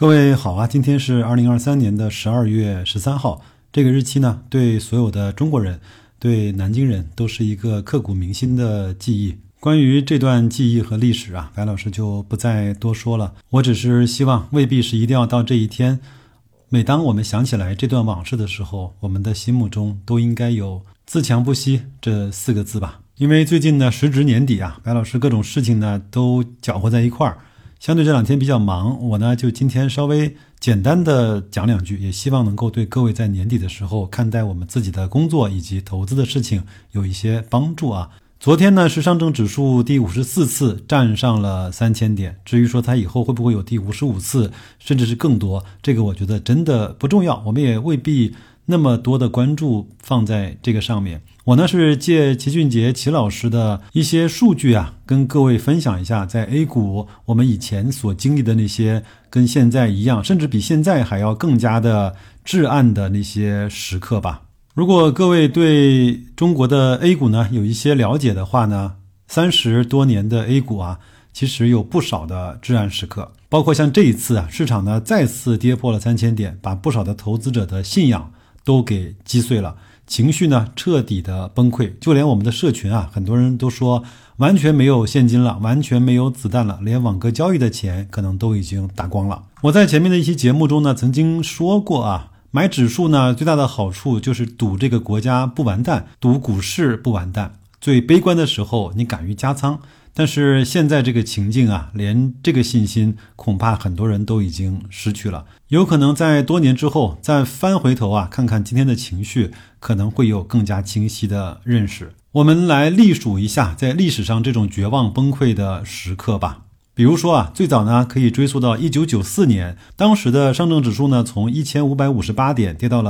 各位好啊，今天是2023年的12月13号，这个日期呢，对所有的中国人，对南京人都是一个刻骨铭心的记忆。关于这段记忆和历史啊，白老师就不再多说了。我只是希望未必是一定要到这一天，每当我们想起来这段往事的时候，我们的心目中都应该有自强不息这4个字吧。因为最近呢，时值年底啊，白老师各种事情呢都搅和在一块儿，相对这2天比较忙，我呢就今天稍微简单的讲2句，也希望能够对各位在年底的时候看待我们自己的工作以及投资的事情有一些帮助啊。昨天呢是上证指数第54次站上了3000点，至于说它以后会不会有第55次甚至是更多，这个我觉得真的不重要，我们也未必那么多的关注放在这个上面。我呢是借齐俊杰齐老师的一些数据啊，跟各位分享一下在 A 股我们以前所经历的那些跟现在一样，甚至比现在还要更加的至暗的那些时刻吧。如果各位对中国的 A 股呢有一些了解的话呢，30多年的 A 股啊，其实有不少的至暗时刻，包括像这一次啊，市场呢再次跌破了3000点，把不少的投资者的信仰都给击碎了，情绪呢彻底的崩溃，就连我们的社群啊，很多人都说完全没有现金了，完全没有子弹了，连网格交易的钱可能都已经打光了。我在前面的一期节目中呢曾经说过啊，买指数呢最大的好处就是赌这个国家不完蛋，赌股市不完蛋，最悲观的时候你敢于加仓。但是现在这个情境啊，连这个信心恐怕很多人都已经失去了，有可能在多年之后再翻回头啊，看看今天的情绪，可能会有更加清晰的认识。我们来历数一下在历史上这种绝望崩溃的时刻吧。比如说啊，最早呢可以追溯到1994年，当时的上证指数呢从1558点跌到了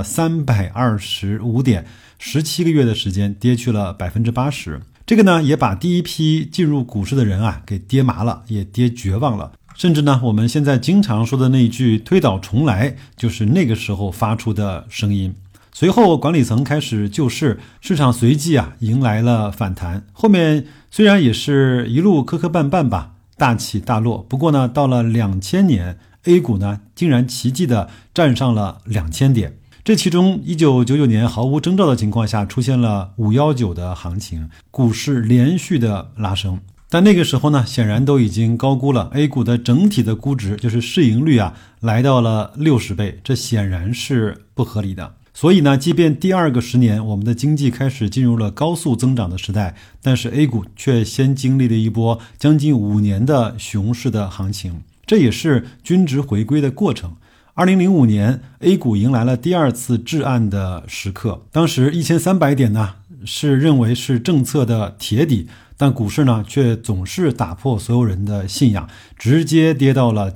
325点，17个月的时间跌去了 80%。这个呢也把第一批进入股市的人啊给跌麻了，也跌绝望了。甚至呢我们现在经常说的那一句推倒重来，就是那个时候发出的声音。随后管理层开始救市，市场随即啊迎来了反弹，后面虽然也是一路磕磕绊绊吧，大起大落，不过呢到了2000年 A 股呢竟然奇迹的站上了2000点。这其中1999年毫无征兆的情况下出现了519的行情，股市连续的拉升。但那个时候呢显然都已经高估了 A 股的整体的估值，就是市盈率啊来到了60倍，这显然是不合理的。所以呢即便第2个10年我们的经济开始进入了高速增长的时代，但是 A 股却先经历了一波将近5年的熊市的行情，这也是均值回归的过程。2005年 A 股迎来了第2次至暗的时刻，当时1300点呢是认为是政策的铁底，但股市呢却总是打破所有人的信仰，直接跌到了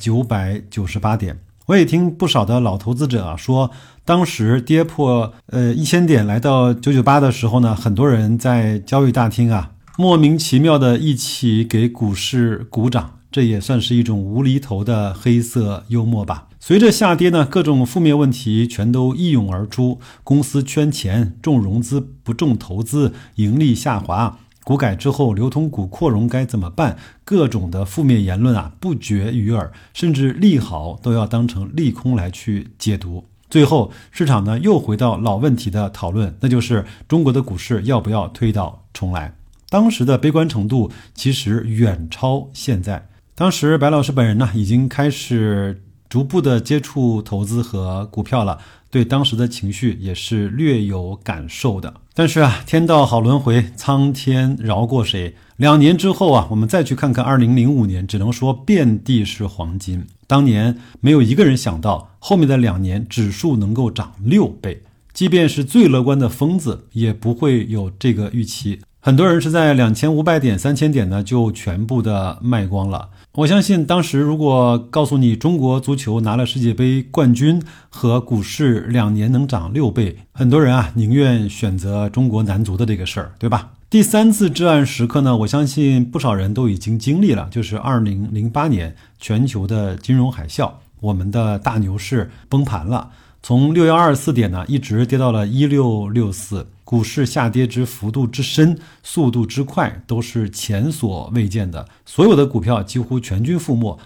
998点。我也听不少的老投资者啊说，当时跌破1000点来到998的时候呢，很多人在交易大厅啊莫名其妙的一起给股市鼓掌，这也算是一种无厘头的黑色幽默吧。随着下跌呢，各种负面问题全都一涌而出，公司圈钱，重融资不重投资，盈利下滑，股改之后流通股扩容该怎么办，各种的负面言论啊不绝于耳，甚至利好都要当成利空来去解读。最后市场呢又回到老问题的讨论，那就是中国的股市要不要推倒重来。当时的悲观程度其实远超现在。当时白老师本人呢已经开始逐步的接触投资和股票了，对当时的情绪也是略有感受的。但是啊，天道好轮回，苍天饶过谁？2年之后啊，我们再去看看2005年，只能说遍地是黄金。当年没有一个人想到后面的2年指数能够涨6倍，即便是最乐观的疯子也不会有这个预期。很多人是在2500点3000点呢就全部的卖光了。我相信当时如果告诉你中国足球拿了世界杯冠军和股市2年能涨6倍，很多人啊宁愿选择中国男足的这个事儿，对吧？第3次至暗时刻呢，我相信不少人都已经经历了，就是2008年全球的金融海啸，我们的大牛市崩盘了。 从6124点呢一直跌到了1664，股市下跌之幅度之深，速度之快，都是前所未见的。所有的股票几乎全军覆没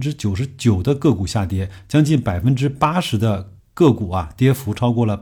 ，99%的个股下跌，将近80%的个股跌幅超过了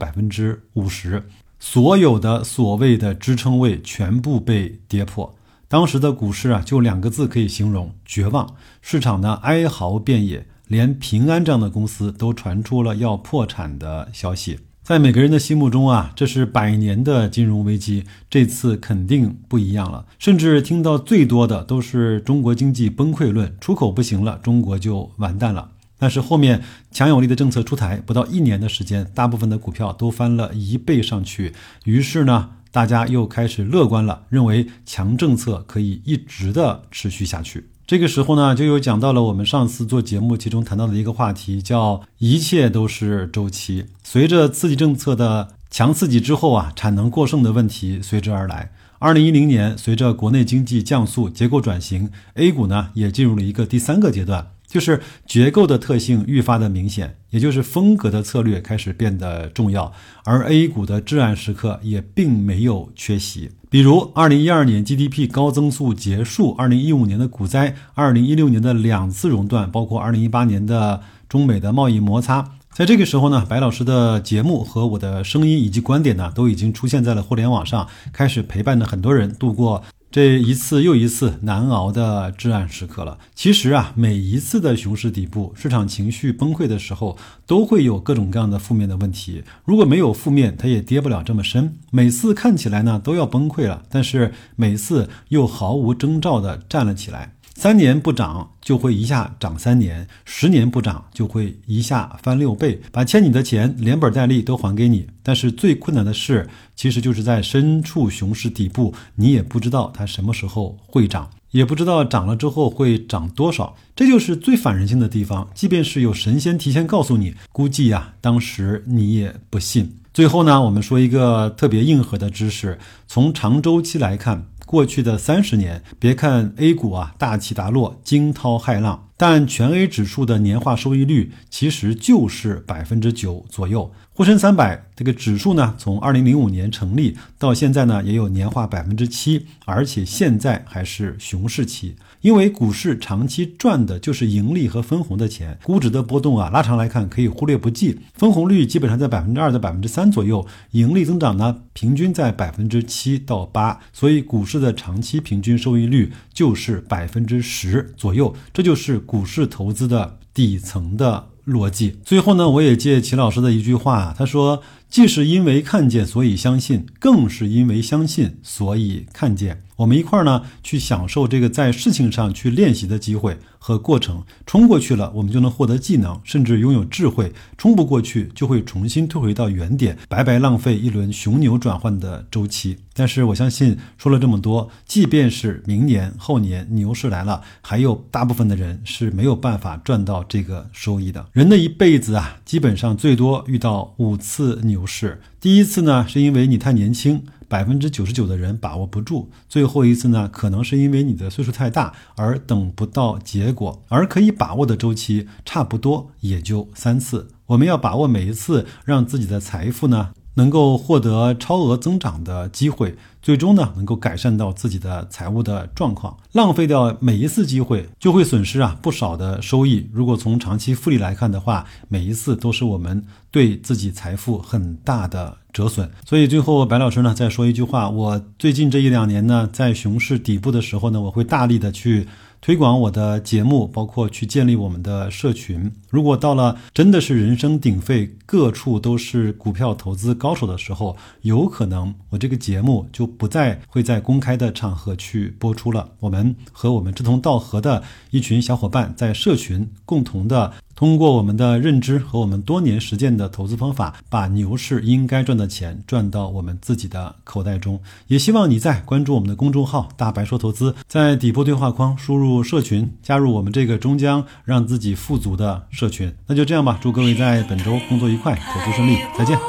50%，所有的所谓的支撑位全部被跌破。当时的股市就2个字可以形容：绝望。市场呢哀嚎遍野，连平安这样的公司都传出了要破产的消息。在每个人的心目中这是100年的金融危机，这次肯定不一样了。甚至听到最多的都是中国经济崩溃论，出口不行了，中国就完蛋了。但是后面强有力的政策出台，不到1年的时间，大部分的股票都翻了1倍上去。于是呢，大家又开始乐观了，认为强政策可以一直的持续下去。这个时候呢，就有讲到了我们上次做节目其中谈到的一个话题，叫一切都是周期。随着刺激政策的强刺激之后产能过剩的问题随之而来。2010年，随着国内经济降速、结构转型， A 股呢也进入了一个第3个阶段，就是结构的特性愈发的明显，也就是风格的策略开始变得重要，而 A 股的至暗时刻也并没有缺席。比如2012年 GDP 高增速结束，2015年的股灾，2016年的2次熔断，包括2018年的中美的贸易摩擦。在这个时候呢，白老师的节目和我的声音以及观点呢，都已经出现在了互联网上，开始陪伴着很多人度过这一次又一次难熬的至暗时刻了。其实每一次的熊市底部，市场情绪崩溃的时候，都会有各种各样的负面的问题。如果没有负面，它也跌不了这么深。每次看起来呢都要崩溃了，但是每次又毫无征兆的站了起来。3年不涨就会一下涨3年，10年不涨就会一下翻6倍，把欠你的钱连本带利都还给你。但是最困难的是，其实就是在身处熊市底部，你也不知道它什么时候会涨，也不知道涨了之后会涨多少，这就是最反人性的地方。即便是有神仙提前告诉你，估计当时你也不信。最后呢，我们说一个特别硬核的知识，从长周期来看，过去的30年，别看 A 股大起大落，惊涛骇浪，但全 A 指数的年化收益率其实就是9%左右。沪深300这个指数呢，从2005年成立到现在呢，也有年化7%，而且现在还是熊市期。因为股市长期赚的就是盈利和分红的钱，估值的波动拉长来看可以忽略不计，分红率基本上在2%到3%左右，盈利增长呢平均在7%到8%，所以股市的长期平均收益率就是10%左右，这就是股市投资的底层的逻辑。最后呢，我也借齐老师的一句话，他说，既是因为看见所以相信，更是因为相信所以看见。我们一块呢去享受这个在事情上去练习的机会和过程，冲过去了我们就能获得技能，甚至拥有智慧，冲不过去就会重新退回到原点，白白浪费一轮熊牛转换的周期。但是我相信说了这么多，即便是明年后年牛市来了，还有大部分的人是没有办法赚到这个收益的。人的一辈子基本上最多遇到5次牛市。第一次呢是因为你太年轻，99%的人把握不住。最后一次呢，可能是因为你的岁数太大而等不到结果，而可以把握的周期差不多也就3次。我们要把握每一次，让自己的财富呢能够获得超额增长的机会，最终呢能够改善到自己的财务的状况。浪费掉每一次机会，就会损失不少的收益。如果从长期复利来看的话，每一次都是我们对自己财富很大的折损。所以最后白老师呢再说一句话，我最近这1-2年呢，在熊市底部的时候呢，我会大力的去推广我的节目，包括去建立我们的社群。如果到了真的是人声鼎沸，各处都是股票投资高手的时候，有可能我这个节目就不再会在公开的场合去播出了。我们和我们志同道合的一群小伙伴在社群共同的通过我们的认知和我们多年实践的投资方法，把牛市应该赚的钱赚到我们自己的口袋中。也希望你在关注我们的公众号大白说投资，在底部对话框输入社群，加入我们这个终将让自己富足的社群。那就这样吧，祝各位在本周工作愉快，投资顺利，再见。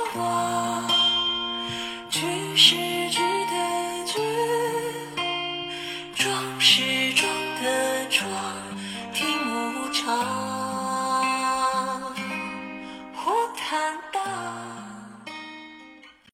看